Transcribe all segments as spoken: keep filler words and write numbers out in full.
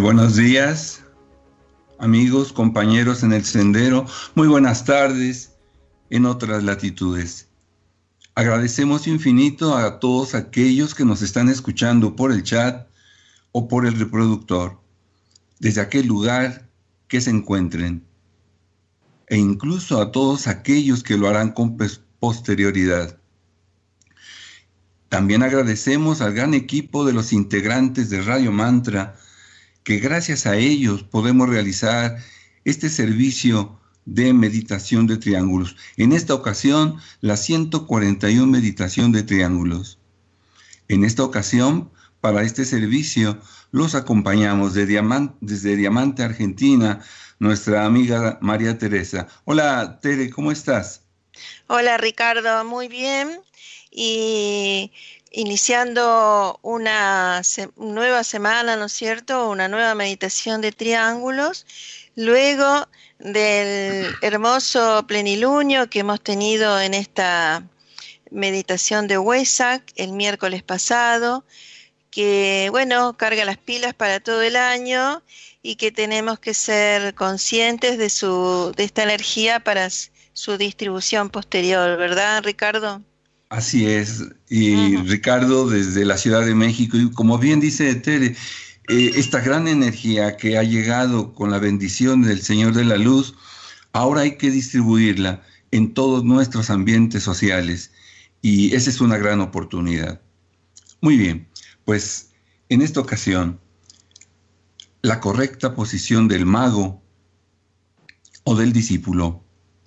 buenos días, amigos, compañeros en el sendero. Muy buenas tardes en otras latitudes. Agradecemos infinito a todos aquellos que nos están escuchando por el chat o por el reproductor, desde aquel lugar que se encuentren, e incluso a todos aquellos que lo harán con posterioridad. También agradecemos al gran equipo de los integrantes de Radio Mantra, que gracias a ellos podemos realizar este servicio de meditación de triángulos. En esta ocasión, la ciento cuarenta y uno meditación de triángulos. En esta ocasión, para este servicio, los acompañamos de Diamante, desde Diamante, Argentina, nuestra amiga María Teresa. Hola, Tere, ¿cómo estás? Hola, Ricardo, muy bien. Y iniciando una se- nueva semana, ¿no es cierto? Una nueva meditación de triángulos, luego del hermoso plenilunio que hemos tenido en esta meditación de Wesak el miércoles pasado, que, bueno, carga las pilas para todo el año y que tenemos que ser conscientes de su, de esta energía para s- su distribución posterior, ¿verdad, Ricardo? Así es, y Ujú. Ricardo desde la Ciudad de México, y como bien dice Tere, eh, esta gran energía que ha llegado con la bendición del Señor de la Luz, ahora hay que distribuirla en todos nuestros ambientes sociales, y esa es una gran oportunidad. Muy bien, pues en esta ocasión, la correcta posición del mago o del discípulo.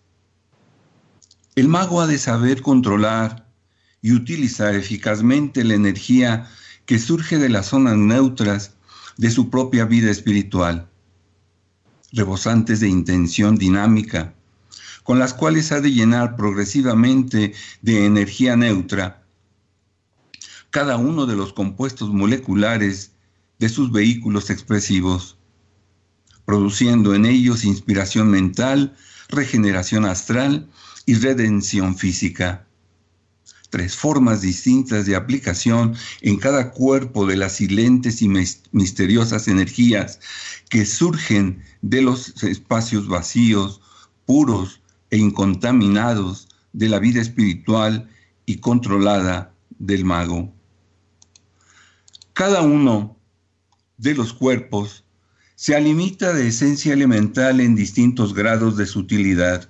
El mago ha de saber controlar y utilizar eficazmente la energía que surge de las zonas neutras de su propia vida espiritual, rebosantes de intención dinámica, con las cuales ha de llenar progresivamente de energía neutra cada uno de los compuestos moleculares de sus vehículos expresivos, produciendo en ellos inspiración mental, regeneración astral y redención física. Tres formas distintas de aplicación en cada cuerpo de las silentes y misteriosas energías que surgen de los espacios vacíos, puros e incontaminados de la vida espiritual y controlada del mago. Cada uno de los cuerpos se alimenta de esencia elemental en distintos grados de sutilidad,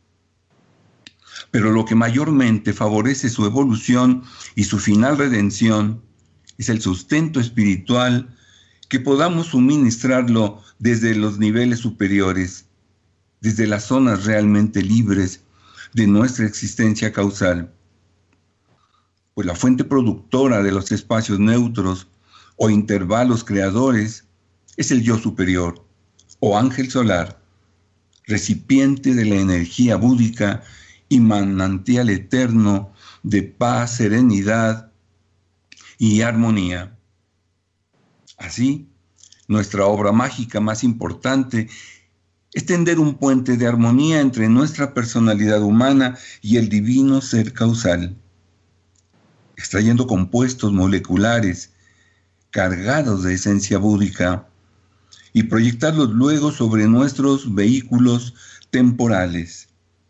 pero lo que mayormente favorece su evolución y su final redención es el sustento espiritual que podamos suministrarlo desde los niveles superiores, desde las zonas realmente libres de nuestra existencia causal. Pues la fuente productora de los espacios neutros o intervalos creadores es el yo superior o ángel solar, recipiente de la energía búdica y manantial eterno de paz, serenidad y armonía. Así, nuestra obra mágica más importante es tender un puente de armonía entre nuestra personalidad humana y el divino ser causal, extrayendo compuestos moleculares cargados de esencia búdica y proyectarlos luego sobre nuestros vehículos temporales.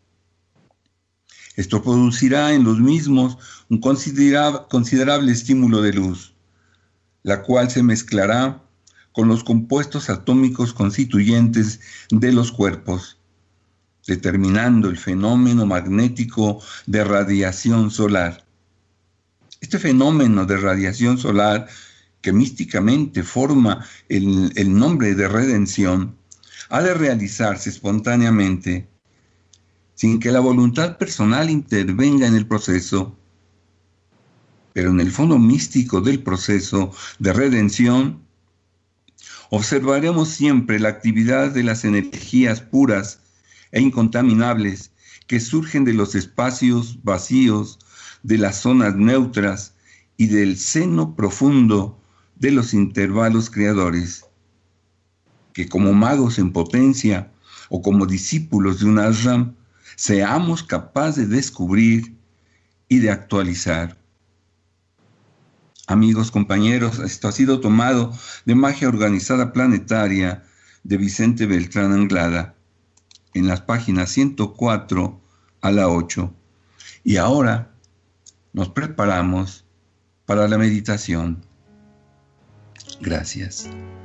Esto producirá en los mismos un considera- considerable estímulo de luz, la cual se mezclará con los compuestos atómicos constituyentes de los cuerpos, determinando el fenómeno magnético de radiación solar. Este fenómeno de radiación solar, que místicamente forma el, el nombre de redención, ha de realizarse espontáneamente, sin que la voluntad personal intervenga en el proceso. Pero en el fondo místico del proceso de redención, observaremos siempre la actividad de las energías puras e incontaminables que surgen de los espacios vacíos, de las zonas neutras y del seno profundo de los intervalos creadores, que como magos en potencia o como discípulos de un ashram, seamos capaces de descubrir y de actualizar. Amigos, compañeros, esto ha sido tomado de Magia Organizada Planetaria de Vicente Beltrán Anglada, en las páginas ciento cuatro a la ocho. Y ahora nos preparamos para la meditación. Gracias.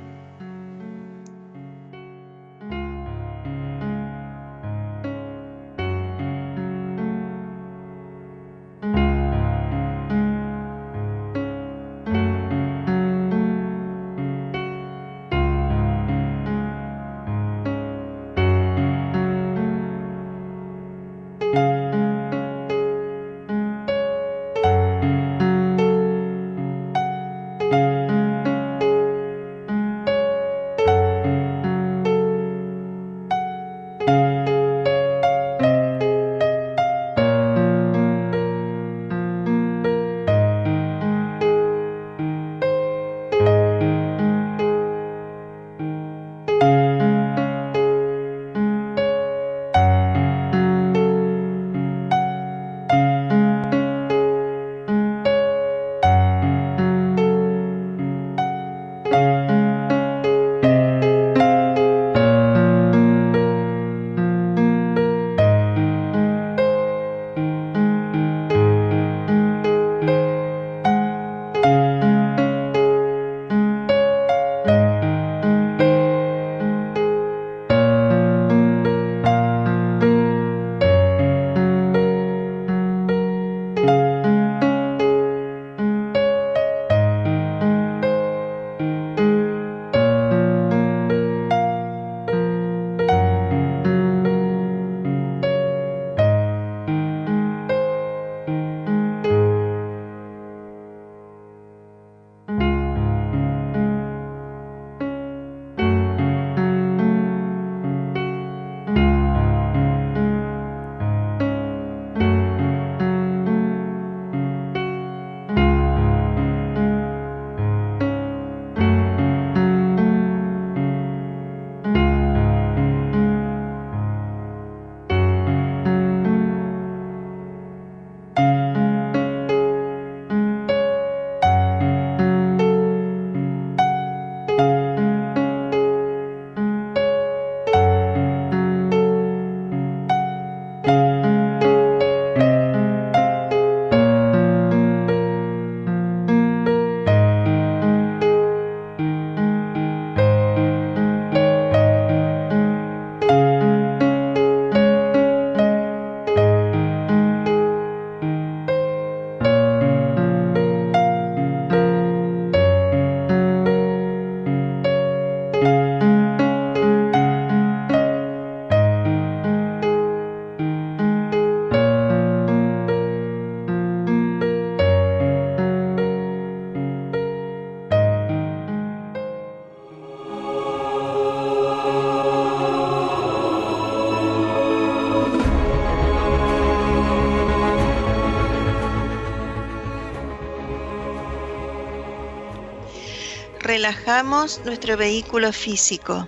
Relajamos nuestro vehículo físico.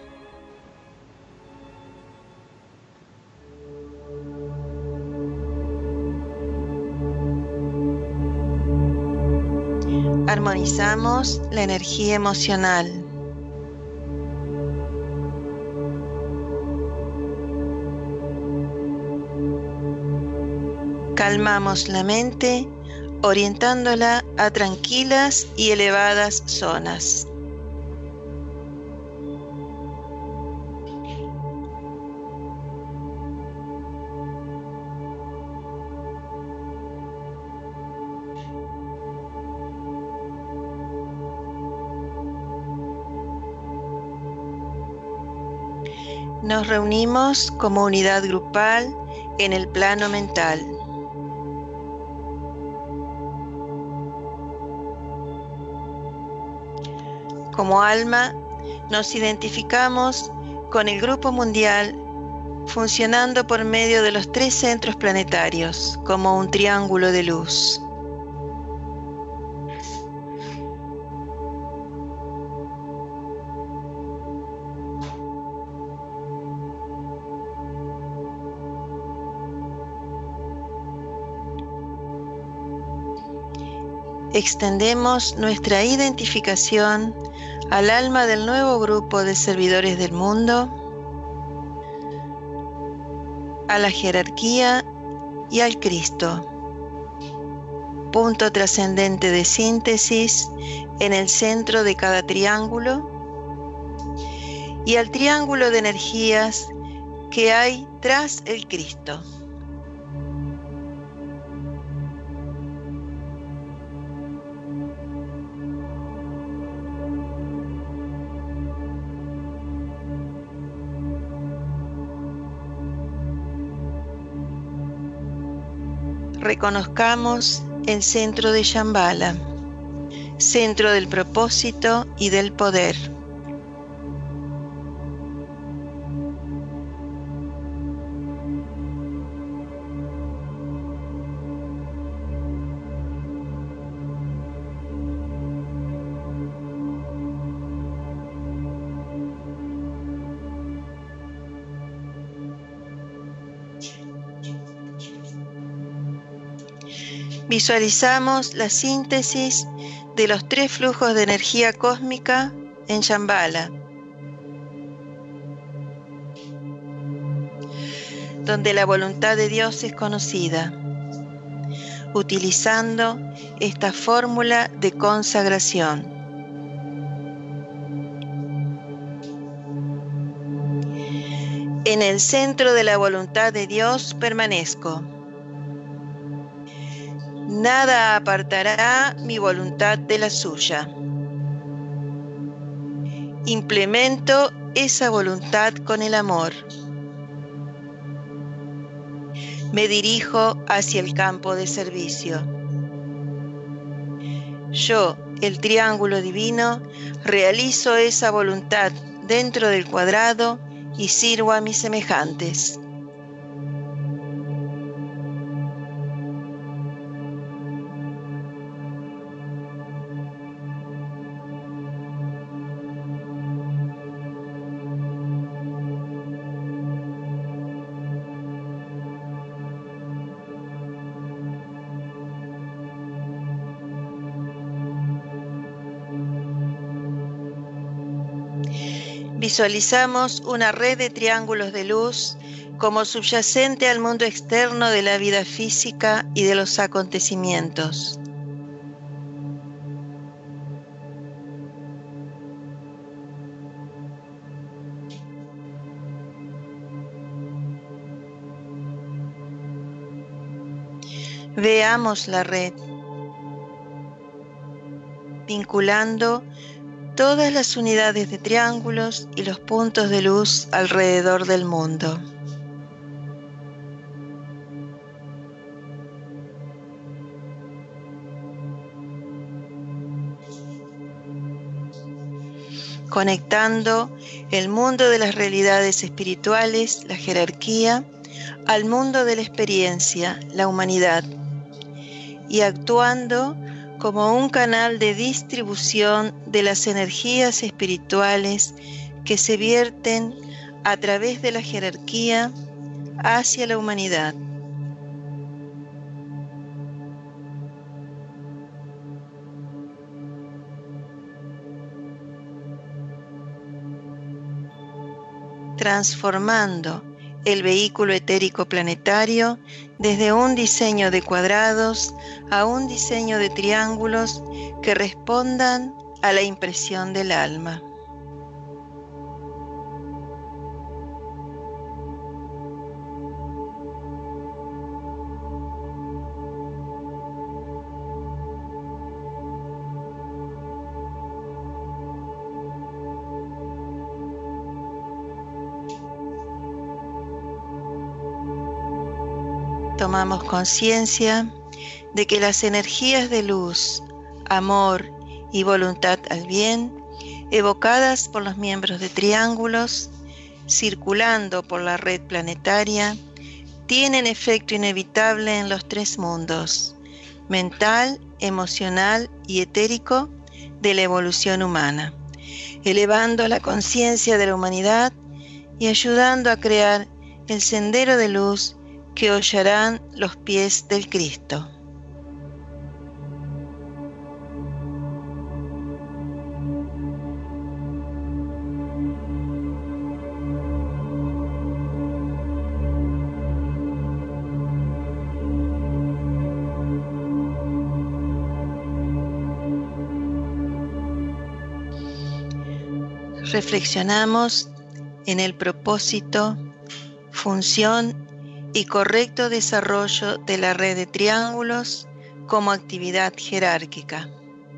Armonizamos la energía emocional. Calmamos la mente, orientándola a tranquilas y elevadas zonas. Nos reunimos como unidad grupal en el plano mental. Como alma, nos identificamos con el grupo mundial, funcionando por medio de los tres centros planetarios, como un triángulo de luz. extendemos nuestra identificación al alma del nuevo grupo de servidores del mundo, a la jerarquía y al Cristo, punto trascendente de síntesis en el centro de cada triángulo, y al triángulo de energías que hay tras el Cristo. Reconozcamos el centro de Shambhala, centro del propósito y del poder. Visualizamos la síntesis de los tres flujos de energía cósmica en Shambhala, donde la voluntad de Dios es conocida, utilizando esta fórmula de consagración. En el centro de la voluntad de Dios permanezco. Nada apartará mi voluntad de la suya. Implemento esa voluntad con el amor. Me dirijo hacia el campo de servicio. Yo, el triángulo divino, realizo esa voluntad dentro del cuadrado y sirvo a mis semejantes. Visualizamos una red de triángulos de luz como subyacente al mundo externo de la vida física y de los acontecimientos. Veamos la red, vinculando todas las unidades de triángulos y los puntos de luz alrededor del mundo. Conectando el mundo de las realidades espirituales, la jerarquía, al mundo de la experiencia, la humanidad, y actuando como un canal de distribución de las energías espirituales que se vierten a través de la jerarquía hacia la humanidad. Transformando el vehículo etérico planetario desde un diseño de cuadrados a un diseño de triángulos que respondan a la impresión del alma. Tomamos conciencia de que las energías de luz, amor y voluntad al bien, evocadas por los miembros de triángulos, circulando por la red planetaria, tienen efecto inevitable en los tres mundos, mental, emocional y etérico, de la evolución humana, elevando la conciencia de la humanidad y ayudando a crear el sendero de luz que hollarán los pies del Cristo. reflexionamos en el propósito, función y correcto desarrollo de la red de triángulos como actividad jerárquica.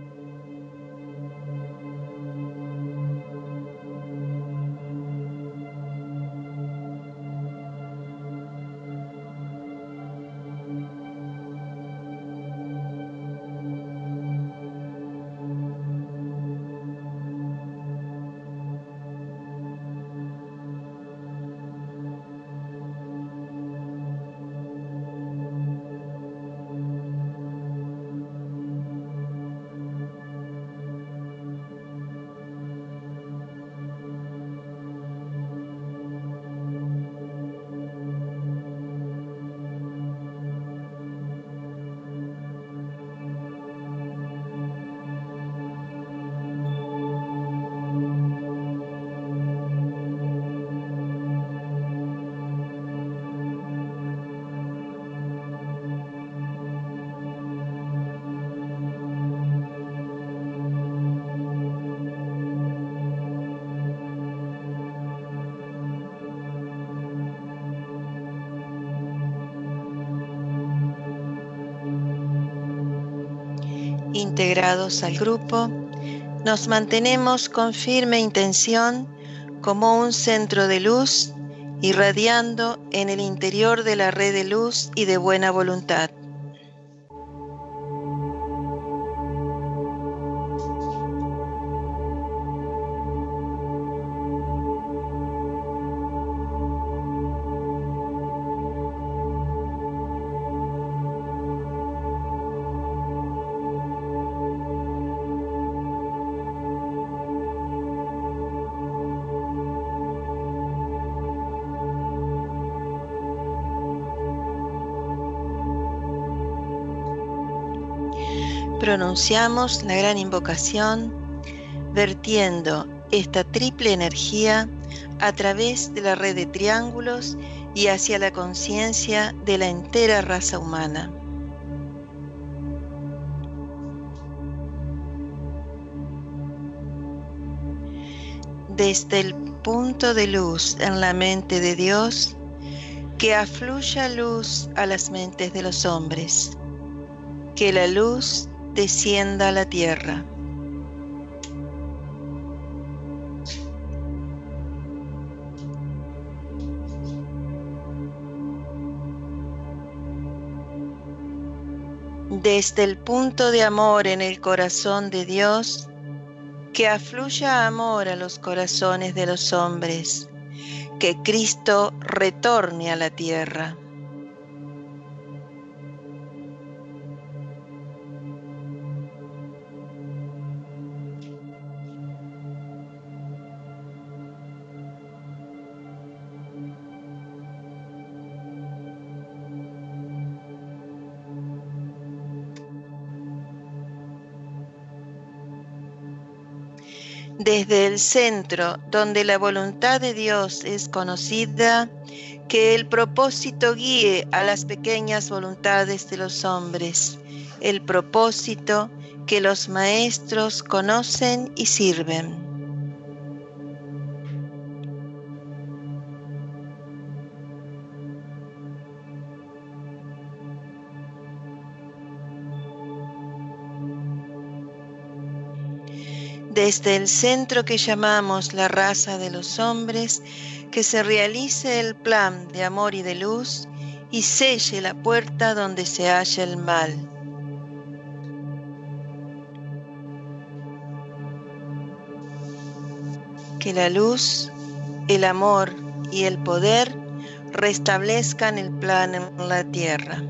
Integrados al grupo, nos mantenemos con firme intención como un centro de luz irradiando en el interior de la red de luz y de buena voluntad. Pronunciamos la gran invocación, vertiendo esta triple energía a través de la red de triángulos y hacia la conciencia de la entera raza humana. Desde el punto de luz en la mente de Dios, que afluya luz a las mentes de los hombres, que la luz descienda a la tierra. Desde el punto de amor en el corazón de Dios, que afluya amor a los corazones de los hombres, que Cristo retorne a la tierra. Desde el centro, donde la voluntad de Dios es conocida, que el propósito guíe a las pequeñas voluntades de los hombres, el propósito que los maestros conocen y sirven. Desde el centro que llamamos la raza de los hombres, que se realice el plan de amor y de luz y selle la puerta donde se halla el mal. Que la luz, el amor y el poder restablezcan el plan en la tierra.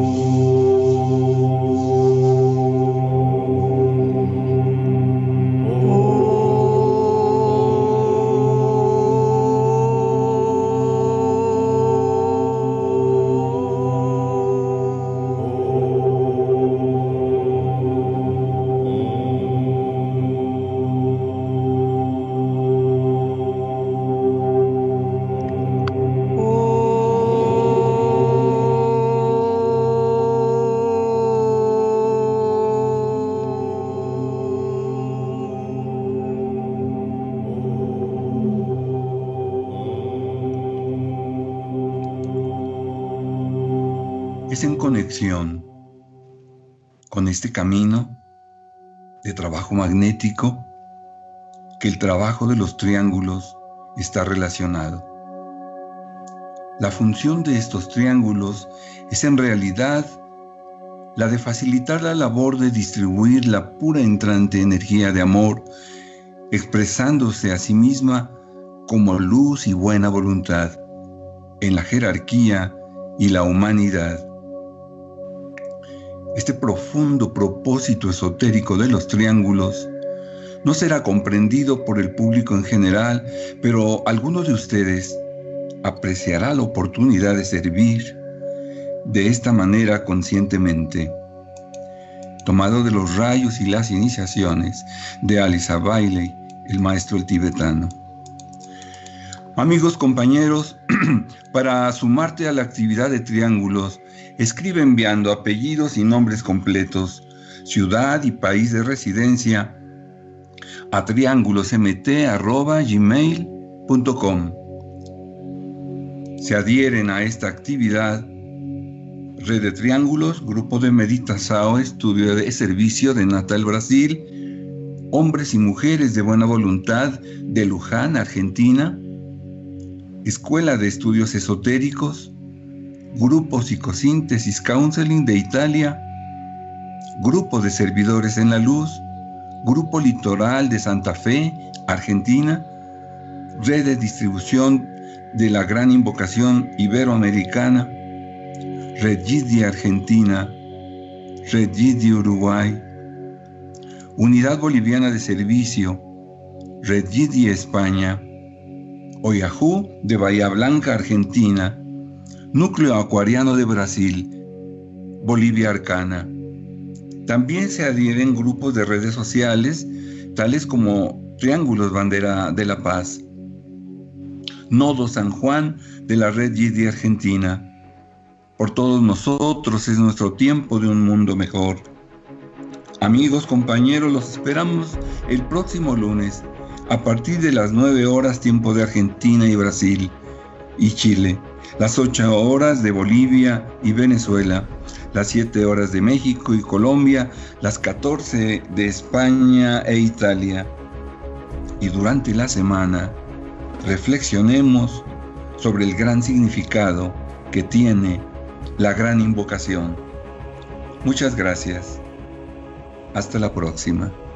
Oh Es en conexión con este camino de trabajo magnético que el trabajo de los triángulos está relacionado. La función de estos triángulos es en realidad la de facilitar la labor de distribuir la pura entrante energía de amor, expresándose a sí misma como luz y buena voluntad en la jerarquía y la humanidad. Este profundo propósito esotérico de los triángulos no será comprendido por el público en general, pero alguno de ustedes apreciará la oportunidad de servir de esta manera conscientemente. Tomado de los rayos y las iniciaciones de Alisa Bailey, el maestro tibetano. Amigos, compañeros, para sumarte a la actividad de triángulos, escribe enviando apellidos y nombres completos, ciudad y país de residencia a triángulosemt arroba gmail punto com. Se adhieren a esta actividad Red de Triángulos, Grupo de Meditação, Estudio de Servicio de Natal, Brasil, Hombres y Mujeres de Buena Voluntad de Luján, Argentina, Escuela de Estudios Esotéricos, Grupo Psicosíntesis Counseling de Italia, Grupo de Servidores en la Luz, Grupo Litoral de Santa Fe, Argentina, Red de Distribución de la Gran Invocación Iberoamericana, Red Yiddi Argentina, Red Yiddi Uruguay, Unidad Boliviana de Servicio, Red Yiddi España, Oahu de Bahía Blanca, Argentina, Núcleo Acuariano de Brasil, Bolivia Arcana. También se adhieren grupos de redes sociales, tales como Triángulos Bandera de la Paz, Nodo San Juan de la Red Yiddi Argentina. Por todos nosotros es nuestro tiempo de un mundo mejor. Amigos, compañeros, los esperamos el próximo lunes a partir de las nueve horas tiempo de Argentina y Brasil y Chile, las ocho horas de Bolivia y Venezuela, las siete horas de México y Colombia, las catorce de España e Italia. Y durante la semana reflexionemos sobre el gran significado que tiene la gran invocación. Muchas gracias. Hasta la próxima.